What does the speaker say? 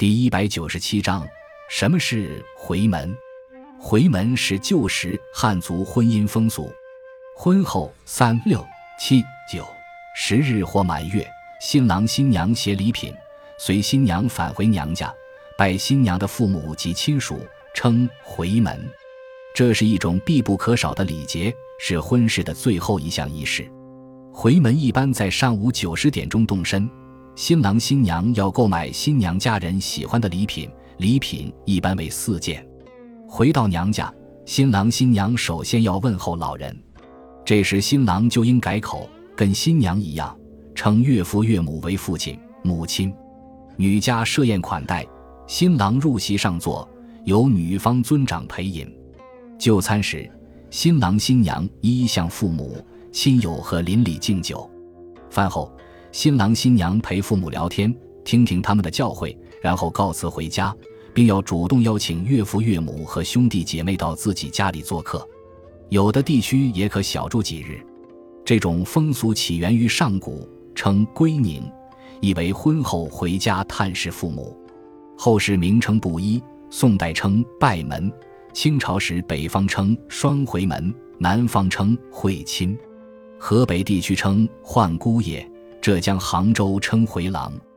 第197章，什么是回门？回门是旧时汉族婚姻风俗，婚后3、6、7、9、10日或满月，新郎新娘携礼品，随新娘返回娘家，拜新娘的父母及亲属，称回门。这是一种必不可少的礼节，是婚事的最后一项仪式。回门一般在上午9、10点钟动身，新郎新娘要购买新娘家人喜欢的礼品，礼品一般为4件。回到娘家，新郎新娘首先要问候老人，这时新郎就应改口，跟新娘一样，称岳父岳母为父亲、母亲。女家设宴款待，新郎入席上座，由女方尊长陪饮。就餐时，新郎新娘一一向父母、亲友和邻里敬酒。饭后，新郎新娘陪父母聊天，听听他们的教诲，然后告辞回家，并要主动邀请岳父岳母和兄弟姐妹到自己家里做客。有的地区也可小住几日。这种风俗起源于上古，称归宁，意为婚后回家探视父母。后世名称不一，宋代称拜门，清朝时北方称双回门，南方称会亲，河北地区称换姑爷，浙江杭州称回廊。